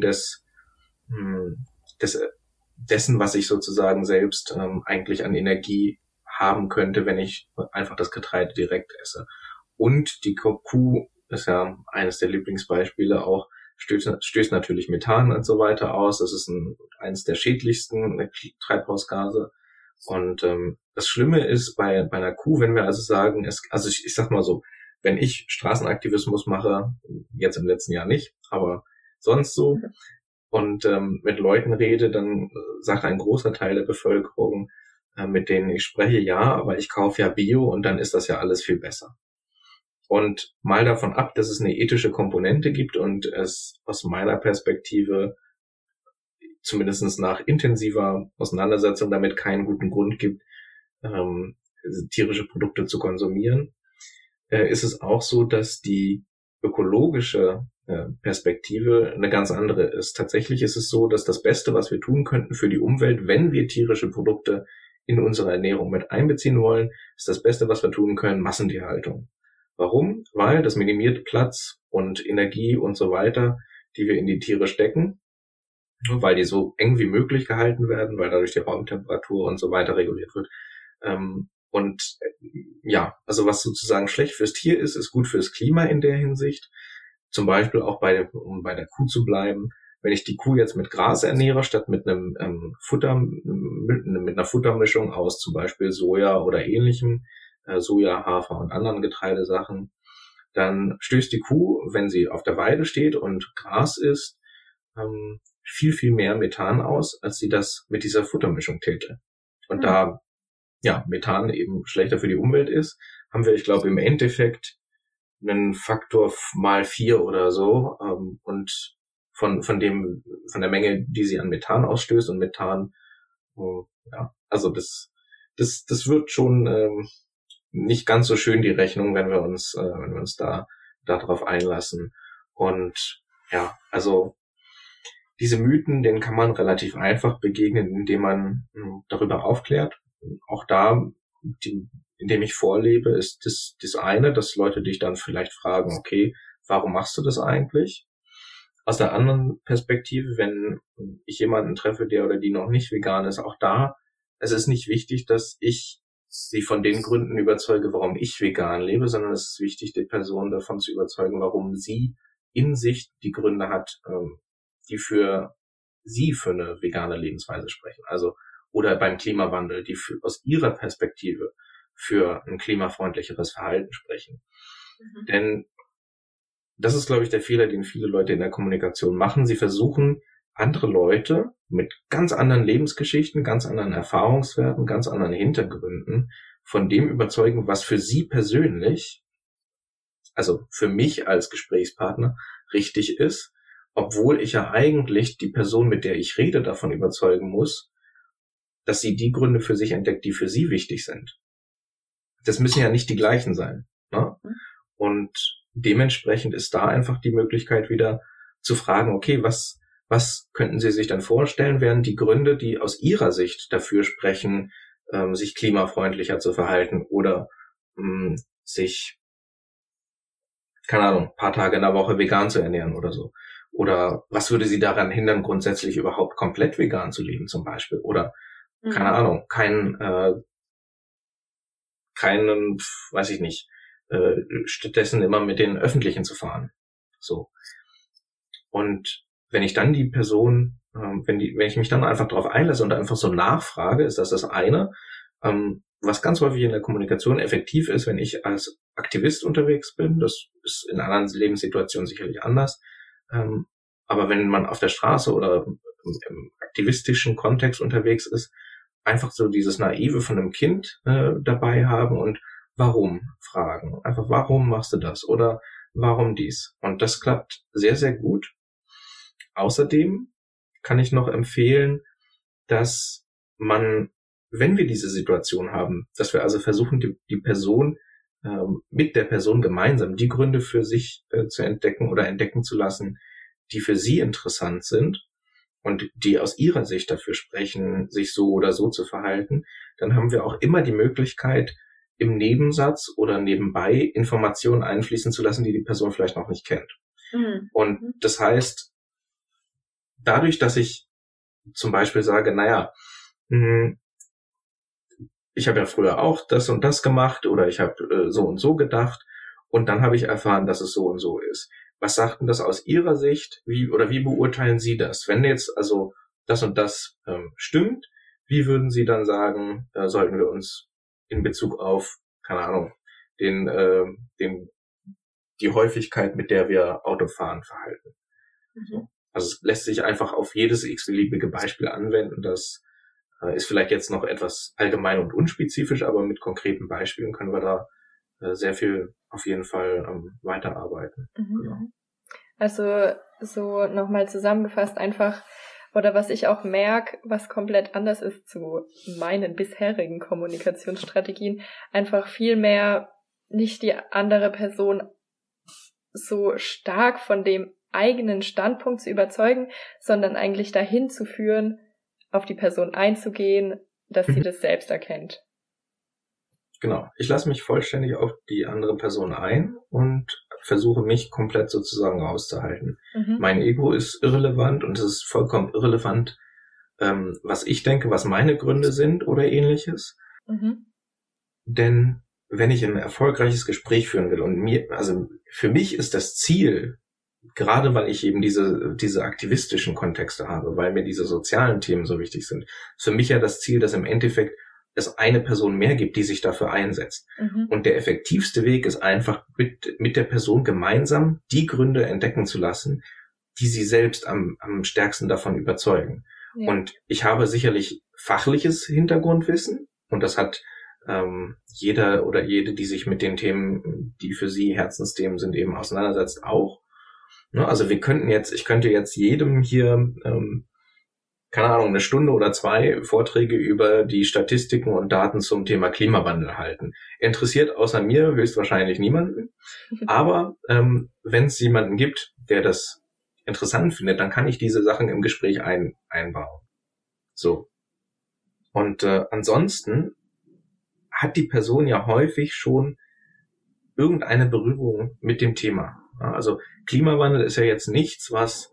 dessen, was ich sozusagen selbst eigentlich an Energie haben könnte, wenn ich einfach das Getreide direkt esse. Und die Kuh ist ja eines der Lieblingsbeispiele auch, stößt natürlich Methan und so weiter aus. Das ist eines der schädlichsten Treibhausgase. Und das Schlimme ist bei einer Kuh, wenn wir also sagen, ich sag mal so, wenn ich Straßenaktivismus mache, jetzt im letzten Jahr nicht, aber sonst so, und mit Leuten rede, dann sagt ein großer Teil der Bevölkerung, mit denen ich spreche, ja, aber ich kaufe ja Bio und dann ist das ja alles viel besser. Und mal davon ab, dass es eine ethische Komponente gibt und es aus meiner Perspektive zumindest nach intensiver Auseinandersetzung damit keinen guten Grund gibt, tierische Produkte zu konsumieren, ist es auch so, dass die ökologische Perspektive eine ganz andere ist. Tatsächlich ist es so, dass das Beste, was wir tun könnten für die Umwelt, wenn wir tierische Produkte in unsere Ernährung mit einbeziehen wollen, ist das Beste, was wir tun können, Massentierhaltung. Warum? Weil das minimiert Platz und Energie und so weiter, die wir in die Tiere stecken, weil die so eng wie möglich gehalten werden, weil dadurch die Raumtemperatur und so weiter reguliert wird. Also was sozusagen schlecht fürs Tier ist, ist gut fürs Klima in der Hinsicht. Zum Beispiel auch um bei der Kuh zu bleiben, wenn ich die Kuh jetzt mit Gras ernähre, statt mit einer Futtermischung aus zum Beispiel Soja oder ähnlichem, Soja, Hafer und anderen Getreidesachen, dann stößt die Kuh, wenn sie auf der Weide steht und Gras isst, viel, viel mehr Methan aus, als sie das mit dieser Futtermischung täte. Und da Methan eben schlechter für die Umwelt ist, haben wir, ich glaube, im Endeffekt einen Faktor mal 4 oder so, und von der Menge, die sie an Methan ausstößt, und Methan, also das wird schon nicht ganz so schön, die Rechnung, wenn wir uns da darauf einlassen. Und ja, also diese Mythen, denen kann man relativ einfach begegnen, indem man darüber aufklärt. Auch da, indem ich vorlebe, ist das eine, dass Leute dich dann vielleicht fragen, okay, warum machst du das eigentlich? Aus der anderen Perspektive, wenn ich jemanden treffe, der oder die noch nicht vegan ist, auch da, es ist nicht wichtig, dass ich sie von den Gründen überzeuge, warum ich vegan lebe, sondern es ist wichtig, die Person davon zu überzeugen, warum sie in sich die Gründe hat, die für sie für eine vegane Lebensweise sprechen. Also, oder beim Klimawandel, die aus ihrer Perspektive für ein klimafreundlicheres Verhalten sprechen. Denn das ist, glaube ich, der Fehler, den viele Leute in der Kommunikation machen. Sie versuchen, andere Leute mit ganz anderen Lebensgeschichten, ganz anderen Erfahrungswerten, ganz anderen Hintergründen von dem überzeugen, was für sie persönlich, also für mich als Gesprächspartner, richtig ist, obwohl ich ja eigentlich die Person, mit der ich rede, davon überzeugen muss, dass sie die Gründe für sich entdeckt, die für sie wichtig sind. Das müssen ja nicht die gleichen sein, ne? Und dementsprechend ist da einfach die Möglichkeit wieder zu fragen, okay, was könnten Sie sich dann vorstellen, wären die Gründe, die aus Ihrer Sicht dafür sprechen, sich klimafreundlicher zu verhalten oder sich, keine Ahnung, ein paar Tage in der Woche vegan zu ernähren oder so. Oder was würde Sie daran hindern, grundsätzlich überhaupt komplett vegan zu leben zum Beispiel? Oder, keine Ahnung, keinen, weiß ich nicht, stattdessen immer mit den Öffentlichen zu fahren. So. Und wenn ich dann die Person, wenn ich mich dann einfach darauf einlasse und einfach so nachfrage, ist das eine, was ganz häufig in der Kommunikation effektiv ist, wenn ich als Aktivist unterwegs bin. Das ist in anderen Lebenssituationen sicherlich anders. Aber wenn man auf der Straße oder im aktivistischen Kontext unterwegs ist, einfach so dieses Naive von einem Kind dabei haben und warum fragen. Einfach, warum machst du das? Oder warum dies? Und das klappt sehr, sehr gut. Außerdem kann ich noch empfehlen, dass man, wenn wir diese Situation haben, dass wir also versuchen, die Person, mit der Person gemeinsam die Gründe für sich zu entdecken oder entdecken zu lassen, die für sie interessant sind und die aus ihrer Sicht dafür sprechen, sich so oder so zu verhalten, dann haben wir auch immer die Möglichkeit, im Nebensatz oder nebenbei Informationen einfließen zu lassen, die Person vielleicht noch nicht kennt. Und das heißt, dadurch, dass ich zum Beispiel sage, naja, ich habe ja früher auch das und das gemacht oder ich habe so und so gedacht und dann habe ich erfahren, dass es so und so ist. Was sagt denn das aus Ihrer Sicht? Wie beurteilen Sie das? Wenn jetzt also das und das stimmt, wie würden Sie dann sagen, sollten wir uns in Bezug auf, keine Ahnung, die Häufigkeit, mit der wir Autofahren verhalten? Also es lässt sich einfach auf jedes x-beliebige Beispiel anwenden. Das ist vielleicht jetzt noch etwas allgemein und unspezifisch, aber mit konkreten Beispielen können wir da sehr viel auf jeden Fall weiterarbeiten. Genau. Also so nochmal zusammengefasst einfach, oder was ich auch merke, was komplett anders ist zu meinen bisherigen Kommunikationsstrategien, einfach viel mehr nicht die andere Person so stark von dem eigenen Standpunkt zu überzeugen, sondern eigentlich dahin zu führen, auf die Person einzugehen, dass sie das selbst erkennt. Genau. Ich lasse mich vollständig auf die andere Person ein und versuche mich komplett sozusagen rauszuhalten. Mein Ego ist irrelevant und es ist vollkommen irrelevant, was ich denke, was meine Gründe sind oder ähnliches. Denn wenn ich ein erfolgreiches Gespräch führen will und für mich ist das Ziel, gerade weil ich eben diese aktivistischen Kontexte habe, weil mir diese sozialen Themen so wichtig sind, ist für mich ja das Ziel, dass im Endeffekt es eine Person mehr gibt, die sich dafür einsetzt. Und der effektivste Weg ist einfach, mit der Person gemeinsam die Gründe entdecken zu lassen, die sie selbst am stärksten davon überzeugen. Ja. Und ich habe sicherlich fachliches Hintergrundwissen, und das hat jeder oder jede, die sich mit den Themen, die für sie Herzensthemen sind, eben auseinandersetzt, auch. Ne? Also ich könnte jetzt jedem hier, keine Ahnung, 1 Stunde oder 2 Vorträge über die Statistiken und Daten zum Thema Klimawandel halten. Interessiert außer mir höchstwahrscheinlich niemanden. Aber wenn es jemanden gibt, der das interessant findet, dann kann ich diese Sachen im Gespräch einbauen. So. Und ansonsten hat die Person ja häufig schon irgendeine Berührung mit dem Thema. Ja, also Klimawandel ist ja jetzt nichts, was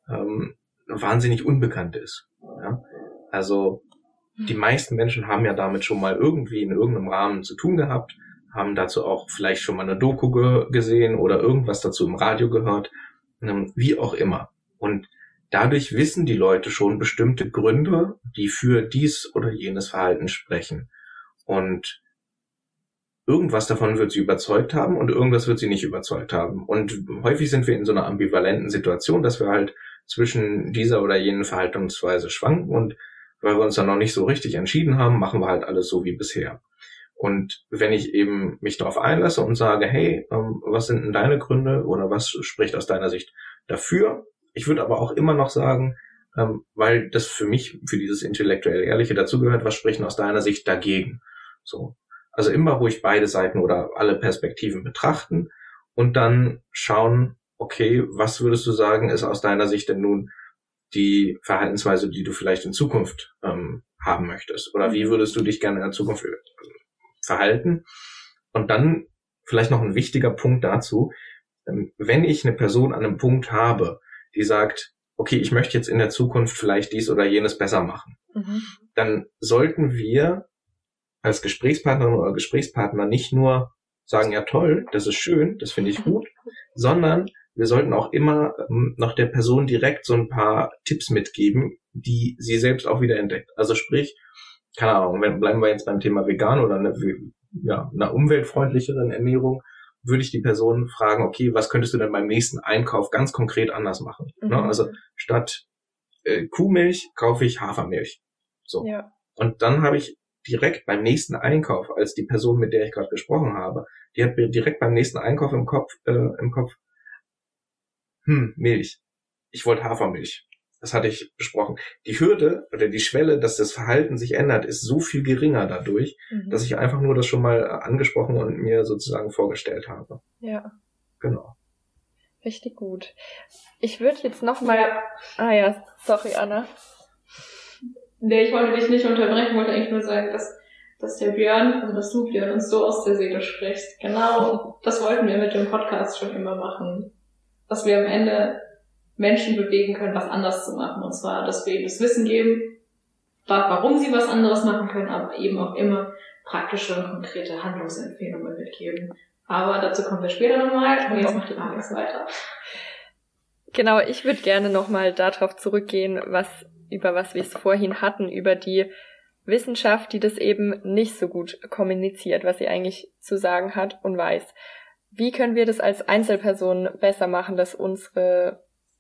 wahnsinnig unbekannt ist. Ja? Also die meisten Menschen haben ja damit schon mal irgendwie in irgendeinem Rahmen zu tun gehabt, haben dazu auch vielleicht schon mal eine Doku gesehen oder irgendwas dazu im Radio gehört, wie auch immer. Und dadurch wissen die Leute schon bestimmte Gründe, die für dies oder jenes Verhalten sprechen. Und irgendwas davon wird sie überzeugt haben und irgendwas wird sie nicht überzeugt haben. Und häufig sind wir in so einer ambivalenten Situation, dass wir halt zwischen dieser oder jenen Verhaltensweise schwanken, und weil wir uns dann noch nicht so richtig entschieden haben, machen wir halt alles so wie bisher. Und wenn ich eben mich darauf einlasse und sage, hey, was sind denn deine Gründe oder was spricht aus deiner Sicht dafür? Ich würde aber auch immer noch sagen, weil das für mich, für dieses intellektuell Ehrliche dazugehört, was spricht aus deiner Sicht dagegen? So. Also immer ruhig beide Seiten oder alle Perspektiven betrachten und dann schauen, okay, was würdest du sagen, ist aus deiner Sicht denn nun die Verhaltensweise, die du vielleicht in Zukunft haben möchtest? Oder wie würdest du dich gerne in der Zukunft verhalten? Und dann vielleicht noch ein wichtiger Punkt dazu, wenn ich eine Person an einem Punkt habe, die sagt, okay, ich möchte jetzt in der Zukunft vielleicht dies oder jenes besser machen, dann sollten wir als Gesprächspartnerin oder Gesprächspartner nicht nur sagen, ja toll, das ist schön, das finde ich gut, sondern wir sollten auch immer noch der Person direkt so ein paar Tipps mitgeben, die sie selbst auch wieder entdeckt. Also sprich, keine Ahnung, bleiben wir jetzt beim Thema vegan oder einer umweltfreundlicheren Ernährung, würde ich die Person fragen, okay, was könntest du denn beim nächsten Einkauf ganz konkret anders machen? Ne? Also statt Kuhmilch kaufe ich Hafermilch. So. Ja. Und dann habe ich direkt beim nächsten Einkauf, als die Person, mit der ich gerade gesprochen habe, die hat mir direkt beim nächsten Einkauf im Kopf, Milch. Ich wollte Hafermilch. Das hatte ich besprochen. Die Hürde oder die Schwelle, dass das Verhalten sich ändert, ist so viel geringer dadurch, dass ich einfach nur das schon mal angesprochen und mir sozusagen vorgestellt habe. Ja. Genau. Richtig gut. Ich würde jetzt nochmal... sorry, Anna. Nee, ich wollte dich nicht unterbrechen, wollte eigentlich nur sagen, dass der Björn, also dass du, Björn, uns so aus der Seele sprichst. Genau, das wollten wir mit dem Podcast schon immer machen. Dass wir am Ende Menschen bewegen können, was anders zu machen. Und zwar, dass wir ihnen das Wissen geben, warum sie was anderes machen können, aber eben auch immer praktische und konkrete Handlungsempfehlungen mitgeben. Aber dazu kommen wir später nochmal. Und jetzt macht die Alex weiter. Genau, ich würde gerne nochmal darauf zurückgehen, über was wir es vorhin hatten, über die Wissenschaft, die das eben nicht so gut kommuniziert, was sie eigentlich zu sagen hat und weiß. Wie können wir das als Einzelperson besser machen, dass unsere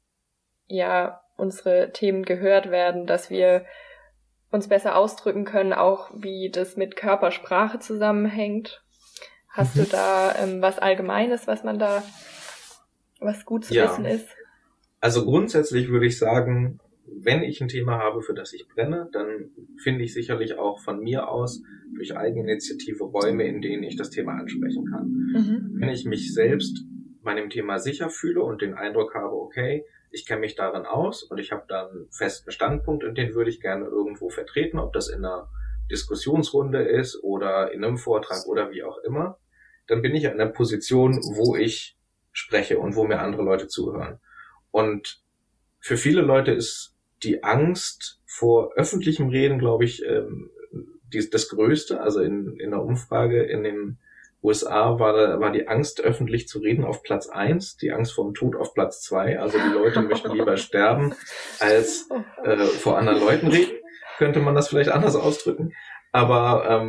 Themen gehört werden, dass wir uns besser ausdrücken können, auch wie das mit Körpersprache zusammenhängt? Hast du da was Allgemeines, was gut zu wissen ist? Also grundsätzlich würde ich sagen, wenn ich ein Thema habe, für das ich brenne, dann finde ich sicherlich auch von mir aus durch Eigeninitiative Räume, in denen ich das Thema ansprechen kann. Wenn ich mich selbst meinem Thema sicher fühle und den Eindruck habe, okay, ich kenne mich darin aus und ich habe da einen festen Standpunkt und den würde ich gerne irgendwo vertreten, ob das in einer Diskussionsrunde ist oder in einem Vortrag oder wie auch immer, dann bin ich in einer Position, wo ich spreche und wo mir andere Leute zuhören. Und für viele Leute ist die Angst vor öffentlichem Reden, glaube ich, das Größte. Also in der Umfrage in den USA war die Angst, öffentlich zu reden, auf Platz 1, die Angst vor dem Tod auf Platz 2. Also die Leute möchten lieber sterben, als vor anderen Leuten reden. Könnte man das vielleicht anders ausdrücken. Aber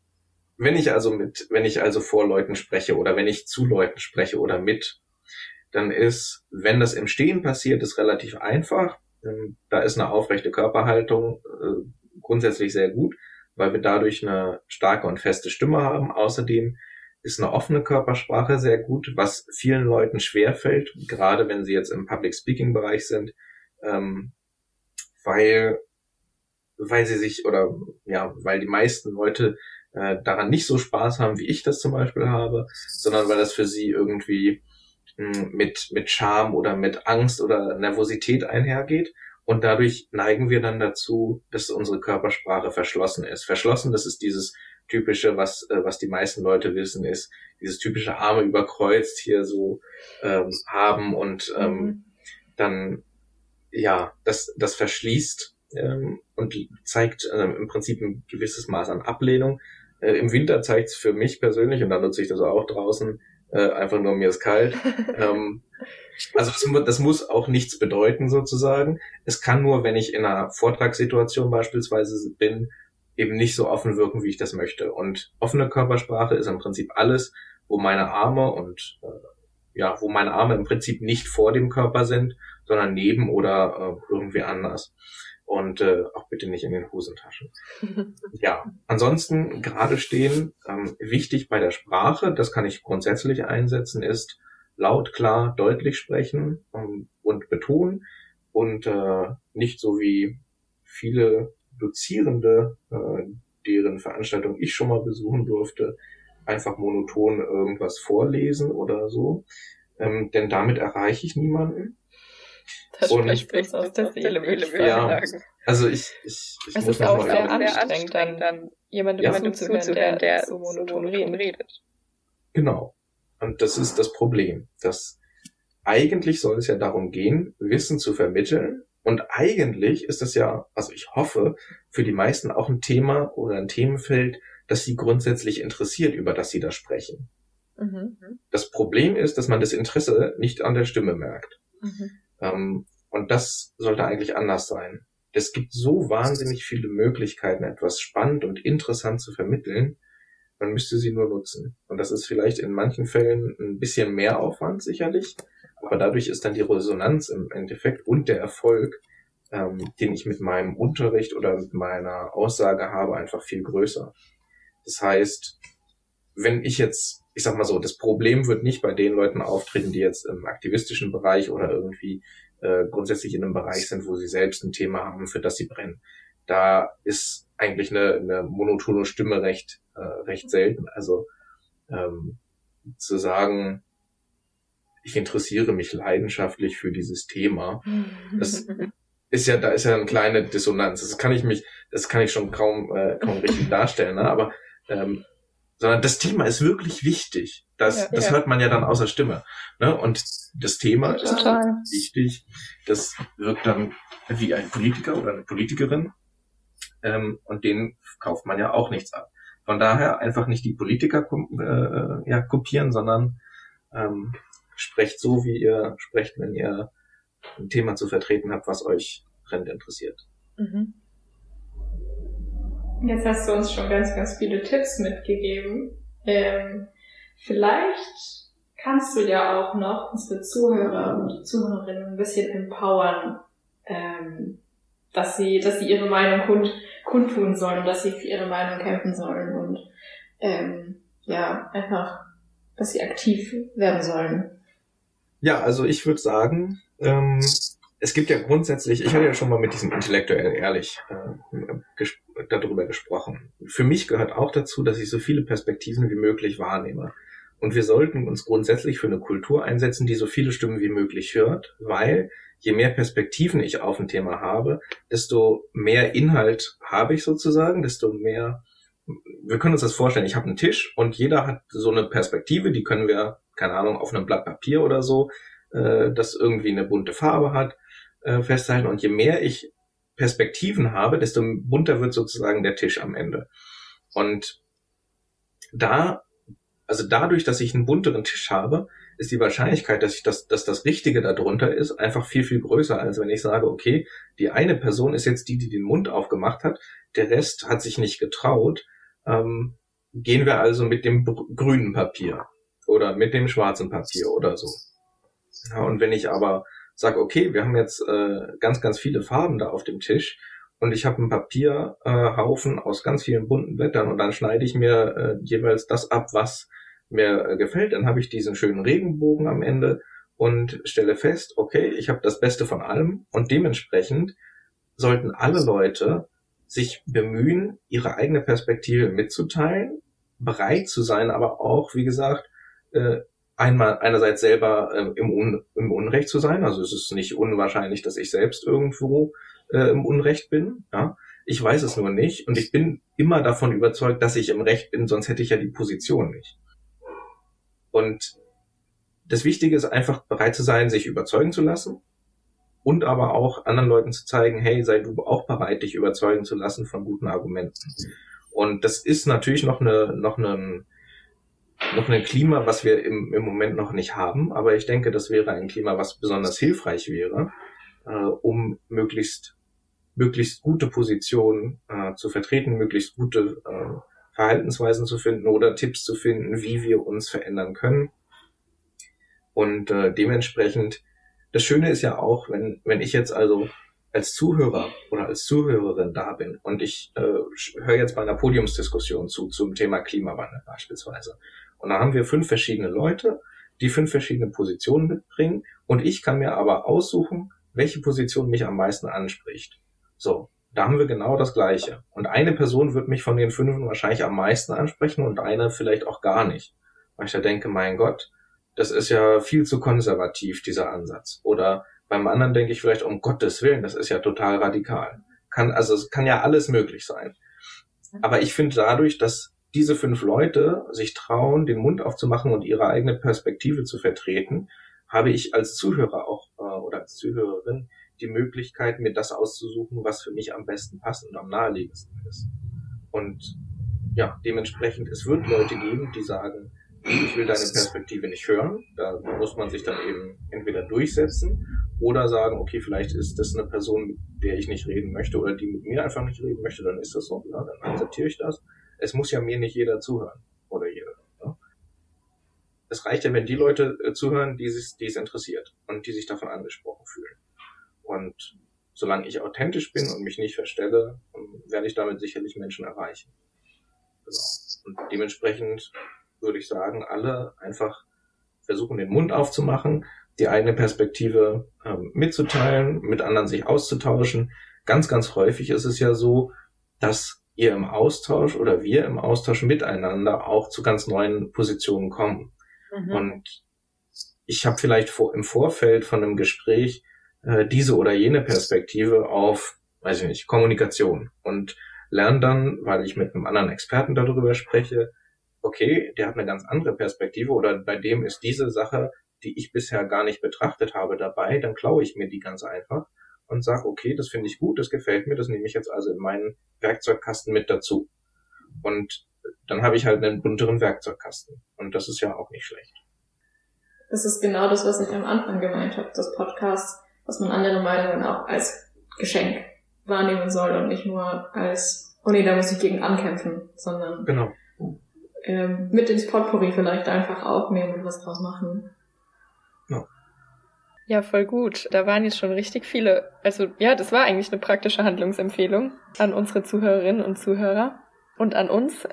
wenn ich also vor Leuten spreche oder wenn ich zu Leuten spreche oder mit, dann ist, wenn das im Stehen passiert, ist relativ einfach. Da ist eine aufrechte Körperhaltung grundsätzlich sehr gut, weil wir dadurch eine starke und feste Stimme haben. Außerdem ist eine offene Körpersprache sehr gut, was vielen Leuten schwerfällt, gerade wenn sie jetzt im Public-Speaking-Bereich sind, weil sie sich weil die meisten Leute daran nicht so Spaß haben, wie ich das zum Beispiel habe, sondern weil das für sie irgendwie mit Scham oder mit Angst oder Nervosität einhergeht. Und dadurch neigen wir dann dazu, dass unsere Körpersprache verschlossen ist. Verschlossen, das ist dieses typische, was die meisten Leute wissen, ist dieses typische Arme überkreuzt hier so haben und dann das verschließt und zeigt im Prinzip ein gewisses Maß an Ablehnung. Im Winter zeigt es für mich persönlich, und da nutze ich das auch draußen, einfach nur mir ist kalt. Also das muss auch nichts bedeuten sozusagen. Es kann nur, wenn ich in einer Vortragssituation beispielsweise bin, eben nicht so offen wirken, wie ich das möchte. Und offene Körpersprache ist im Prinzip alles, wo meine Arme im Prinzip nicht vor dem Körper sind, sondern neben oder irgendwie anders. Und auch bitte nicht in den Hosentaschen. Ja, ansonsten gerade stehen, wichtig bei der Sprache, das kann ich grundsätzlich einsetzen, ist laut, klar, deutlich sprechen und betonen und nicht so wie viele Dozierende, deren Veranstaltung ich schon mal besuchen durfte, einfach monoton irgendwas vorlesen oder so, denn damit erreiche ich niemanden. Das spricht aus der Seele, würde ich sagen. Also ich es muss ist auch sehr anstrengend, dann jemandem zuzuhören, der so monoton redet. Genau. Und das ist das Problem. Eigentlich soll es ja darum gehen, Wissen zu vermitteln. Und eigentlich ist das ja, also ich hoffe, für die meisten auch ein Thema oder ein Themenfeld, das sie grundsätzlich interessiert, über das sie da sprechen. Mhm. Das Problem ist, dass man das Interesse nicht an der Stimme merkt. Mhm. Und das sollte eigentlich anders sein. Es gibt so wahnsinnig viele Möglichkeiten, etwas spannend und interessant zu vermitteln. Man müsste sie nur nutzen. Und das ist vielleicht in manchen Fällen ein bisschen mehr Aufwand sicherlich. Aber dadurch ist dann die Resonanz im Endeffekt und der Erfolg, den ich mit meinem Unterricht oder mit meiner Aussage habe, einfach viel größer. Das heißt, wenn ich sag mal so, das Problem wird nicht bei den Leuten auftreten, die jetzt im aktivistischen Bereich oder irgendwie grundsätzlich in einem Bereich sind, wo sie selbst ein Thema haben, für das sie brennen. Da ist eigentlich eine monotone Stimme recht selten. Also zu sagen, ich interessiere mich leidenschaftlich für dieses Thema, da ist ja eine kleine Dissonanz. Das kann ich schon kaum richtig darstellen, ne? Aber sondern das Thema ist wirklich wichtig. Das hört man ja dann aus der Stimme. Ne? Und das Thema ist wichtig. Das wirkt dann wie ein Politiker oder eine Politikerin. Und denen kauft man ja auch nichts ab. Von daher einfach nicht die Politiker kopieren, sondern sprecht so, wie ihr sprecht, wenn ihr ein Thema zu vertreten habt, was euch brennend interessiert. Mhm. Jetzt hast du uns schon ganz, ganz viele Tipps mitgegeben. Vielleicht kannst du ja auch noch unsere Zuhörer und Zuhörerinnen ein bisschen empowern, dass sie ihre Meinung kundtun sollen und dass sie für ihre Meinung kämpfen sollen und einfach, dass sie aktiv werden sollen. Ja, also ich würde sagen, es gibt ja grundsätzlich, ich hatte ja schon mal mit diesem Intellektuell ehrlich darüber gesprochen. Für mich gehört auch dazu, dass ich so viele Perspektiven wie möglich wahrnehme. Und wir sollten uns grundsätzlich für eine Kultur einsetzen, die so viele Stimmen wie möglich hört, weil je mehr Perspektiven ich auf ein Thema habe, desto mehr Inhalt habe ich sozusagen, desto mehr, wir können uns das vorstellen, ich habe einen Tisch und jeder hat so eine Perspektive, die können wir, keine Ahnung, auf einem Blatt Papier oder so, das irgendwie eine bunte Farbe hat, festhalten. Und je mehr ich Perspektiven habe, desto bunter wird sozusagen der Tisch am Ende. Und dadurch, dass ich einen bunteren Tisch habe, ist die Wahrscheinlichkeit, dass das Richtige darunter ist, einfach viel, viel größer, als wenn ich sage, okay, die eine Person ist jetzt die den Mund aufgemacht hat, der Rest hat sich nicht getraut, gehen wir also mit dem grünen Papier oder mit dem schwarzen Papier oder so. Ja, und wenn ich aber sage, okay, wir haben jetzt ganz, ganz viele Farben da auf dem Tisch und ich habe einen Papierhaufen aus ganz vielen bunten Blättern und dann schneide ich mir jeweils das ab, was mir gefällt. Dann habe ich diesen schönen Regenbogen am Ende und stelle fest, okay, ich habe das Beste von allem und dementsprechend sollten alle Leute sich bemühen, ihre eigene Perspektive mitzuteilen, bereit zu sein, aber auch, wie gesagt, einerseits selber im Unrecht zu sein. Also es ist nicht unwahrscheinlich, dass ich selbst irgendwo im Unrecht bin. Ja? Ich weiß es nur nicht und ich bin immer davon überzeugt, dass ich im Recht bin, sonst hätte ich ja die Position nicht. Und das Wichtige ist einfach bereit zu sein, sich überzeugen zu lassen und aber auch anderen Leuten zu zeigen, hey, sei du auch bereit, dich überzeugen zu lassen von guten Argumenten. Und das ist natürlich noch ein Klima, was wir im Moment noch nicht haben, aber ich denke, das wäre ein Klima, was besonders hilfreich wäre, um möglichst gute Positionen zu vertreten, möglichst gute Verhaltensweisen zu finden oder Tipps zu finden, wie wir uns verändern können. Und dementsprechend, das Schöne ist ja auch, wenn ich jetzt also als Zuhörer oder als Zuhörerin da bin und ich höre jetzt bei einer Podiumsdiskussion zum Thema Klimawandel beispielsweise. Und da haben wir 5 verschiedene Leute, die 5 verschiedene Positionen mitbringen und ich kann mir aber aussuchen, welche Position mich am meisten anspricht. So, da haben wir genau das Gleiche. Und eine Person wird mich von den 5 wahrscheinlich am meisten ansprechen und eine vielleicht auch gar nicht. Weil ich da denke, mein Gott, das ist ja viel zu konservativ, dieser Ansatz. Oder beim anderen denke ich vielleicht, um Gottes Willen, das ist ja total radikal. Es kann ja alles möglich sein. Aber ich finde dadurch, dass diese 5 Leute sich trauen, den Mund aufzumachen und ihre eigene Perspektive zu vertreten, habe ich als Zuhörer auch oder als Zuhörerin die Möglichkeit, mir das auszusuchen, was für mich am besten passt und am naheliegendsten ist. Und ja, dementsprechend, es wird Leute geben, die sagen, ich will deine Perspektive nicht hören. Da muss man sich dann eben entweder durchsetzen oder sagen, okay, vielleicht ist das eine Person, mit der ich nicht reden möchte oder die mit mir einfach nicht reden möchte, dann ist das so, ja, dann akzeptiere ich das. Es muss ja mir nicht jeder zuhören oder jeder. Ja. Es reicht ja, wenn die Leute zuhören, die es interessiert und die sich davon angesprochen fühlen. Und solange ich authentisch bin und mich nicht verstelle, werde ich damit sicherlich Menschen erreichen. Genau. Und dementsprechend würde ich sagen, alle einfach versuchen, den Mund aufzumachen, die eigene Perspektive mitzuteilen, mit anderen sich auszutauschen. Ganz, ganz häufig ist es ja so, dass ihr im Austausch oder wir im Austausch miteinander auch zu ganz neuen Positionen kommen. Mhm. Und ich habe vielleicht im Vorfeld von einem Gespräch diese oder jene Perspektive auf, weiß ich nicht, Kommunikation und lerne dann, weil ich mit einem anderen Experten darüber spreche, okay, der hat eine ganz andere Perspektive oder bei dem ist diese Sache, die ich bisher gar nicht betrachtet habe, dabei, dann klaue ich mir die ganz einfach und sage, okay, das finde ich gut, das gefällt mir, das nehme ich jetzt also in meinen Werkzeugkasten mit dazu. Und dann habe ich halt einen bunteren Werkzeugkasten und das ist ja auch nicht schlecht. Das ist genau das, was ich am Anfang gemeint habe, das Podcast, dass man andere Meinungen auch als Geschenk wahrnehmen soll und nicht nur als, oh nee, da muss ich gegen ankämpfen, sondern genau. Mit ins Potpourri vielleicht einfach aufnehmen und was draus machen. Ja, voll gut. Da waren jetzt schon richtig viele, also ja, das war eigentlich eine praktische Handlungsempfehlung an unsere Zuhörerinnen und Zuhörer und an uns.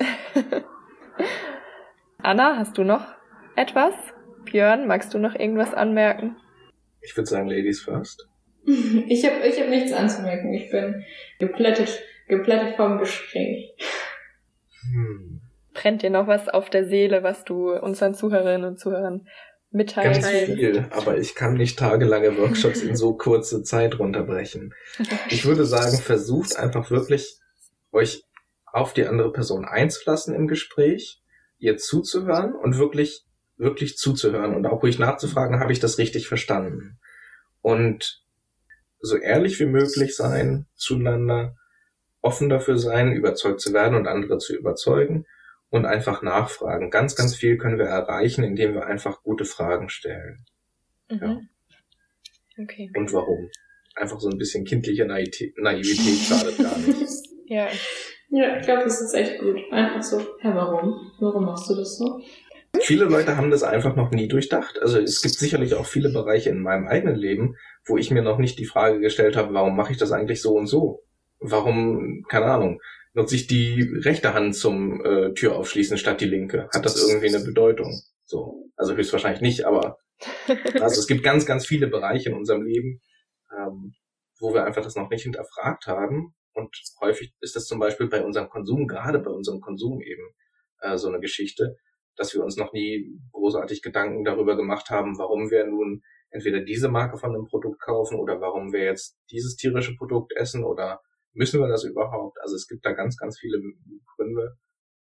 Anna, hast du noch etwas? Björn, magst du noch irgendwas anmerken? Ich würde sagen, Ladies first. Ich hab nichts anzumerken. Ich bin geplättet vom Gespräch. Brennt dir noch was auf der Seele, was du unseren Zuhörerinnen und Zuhörern mitteilst? Ganz viel, aber ich kann nicht tagelange Workshops in so kurze Zeit runterbrechen. Ich würde sagen, versucht einfach wirklich, euch auf die andere Person einzulassen im Gespräch, ihr zuzuhören und wirklich zuzuhören und auch ruhig nachzufragen, habe ich das richtig verstanden? Und so ehrlich wie möglich sein zueinander, offen dafür sein, überzeugt zu werden und andere zu überzeugen und einfach nachfragen. Ganz, ganz viel können wir erreichen, indem wir einfach gute Fragen stellen. Mhm. Ja. Okay. Und warum? Einfach so ein bisschen kindliche Naivität schadet gar nicht. Ja. Ja, ich glaube, das ist echt gut. Einfach so, warum? Warum machst du das so? Viele Leute haben das einfach noch nie durchdacht. Also es gibt sicherlich auch viele Bereiche in meinem eigenen Leben, wo ich mir noch nicht die Frage gestellt habe, warum mache ich das eigentlich so und so? Warum, keine Ahnung, nutze ich die rechte Hand zum Tür aufschließen statt die linke? Hat das irgendwie eine Bedeutung? So, also höchstwahrscheinlich nicht, aber also es gibt ganz, ganz viele Bereiche in unserem Leben, wo wir einfach das noch nicht hinterfragt haben. Und häufig ist das zum Beispiel bei unserem Konsum, gerade bei unserem Konsum eben so eine Geschichte, dass wir uns noch nie großartig Gedanken darüber gemacht haben, warum wir nun entweder diese Marke von einem Produkt kaufen oder warum wir jetzt dieses tierische Produkt essen oder müssen wir das überhaupt? Also es gibt da ganz, ganz viele Gründe,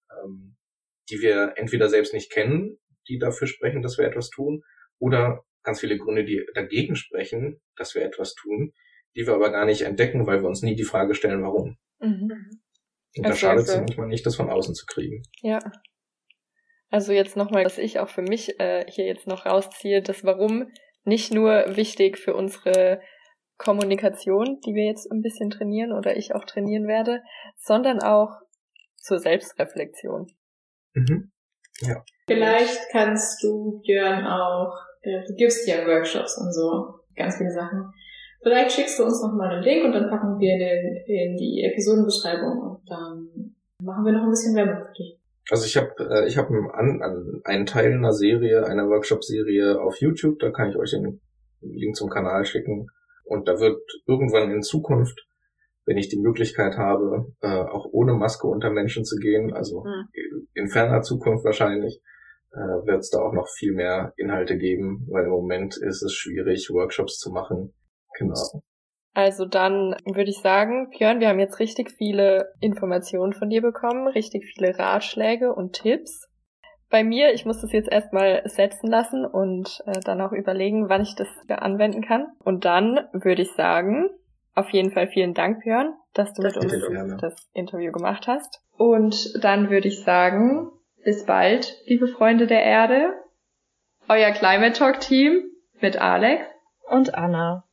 die wir entweder selbst nicht kennen, die dafür sprechen, dass wir etwas tun, oder ganz viele Gründe, die dagegen sprechen, dass wir etwas tun, die wir aber gar nicht entdecken, weil wir uns nie die Frage stellen, warum. Mhm. Und da schadet es manchmal nicht, das von außen zu kriegen. Ja. Also jetzt nochmal, was ich auch für mich hier jetzt noch rausziehe, das Warum nicht nur wichtig für unsere Kommunikation, die wir jetzt ein bisschen trainieren oder ich auch trainieren werde, sondern auch zur Selbstreflexion. Mhm. Ja. Vielleicht kannst du, Björn, auch, du gibst ja Workshops und so, ganz viele Sachen. Vielleicht schickst du uns nochmal einen Link und dann packen wir den in die Episodenbeschreibung und dann machen wir noch ein bisschen Werbung für dich. Also ich hab einen Teil einer Serie, einer Workshop-Serie auf YouTube, da kann ich euch den Link zum Kanal schicken. Und da wird irgendwann in Zukunft, wenn ich die Möglichkeit habe, auch ohne Maske unter Menschen zu gehen, also in ferner Zukunft wahrscheinlich, wird es da auch noch viel mehr Inhalte geben, weil im Moment ist es schwierig, Workshops zu machen. Genau. Also dann würde ich sagen, Björn, wir haben jetzt richtig viele Informationen von dir bekommen, richtig viele Ratschläge und Tipps. Bei mir, ich muss das jetzt erstmal setzen lassen und dann auch überlegen, wann ich das anwenden kann. Und dann würde ich sagen, auf jeden Fall vielen Dank, Björn, dass du mit uns das Interview gemacht hast. Und dann würde ich sagen, bis bald, liebe Freunde der Erde. Euer Climate Talk Team mit Alex und Anna.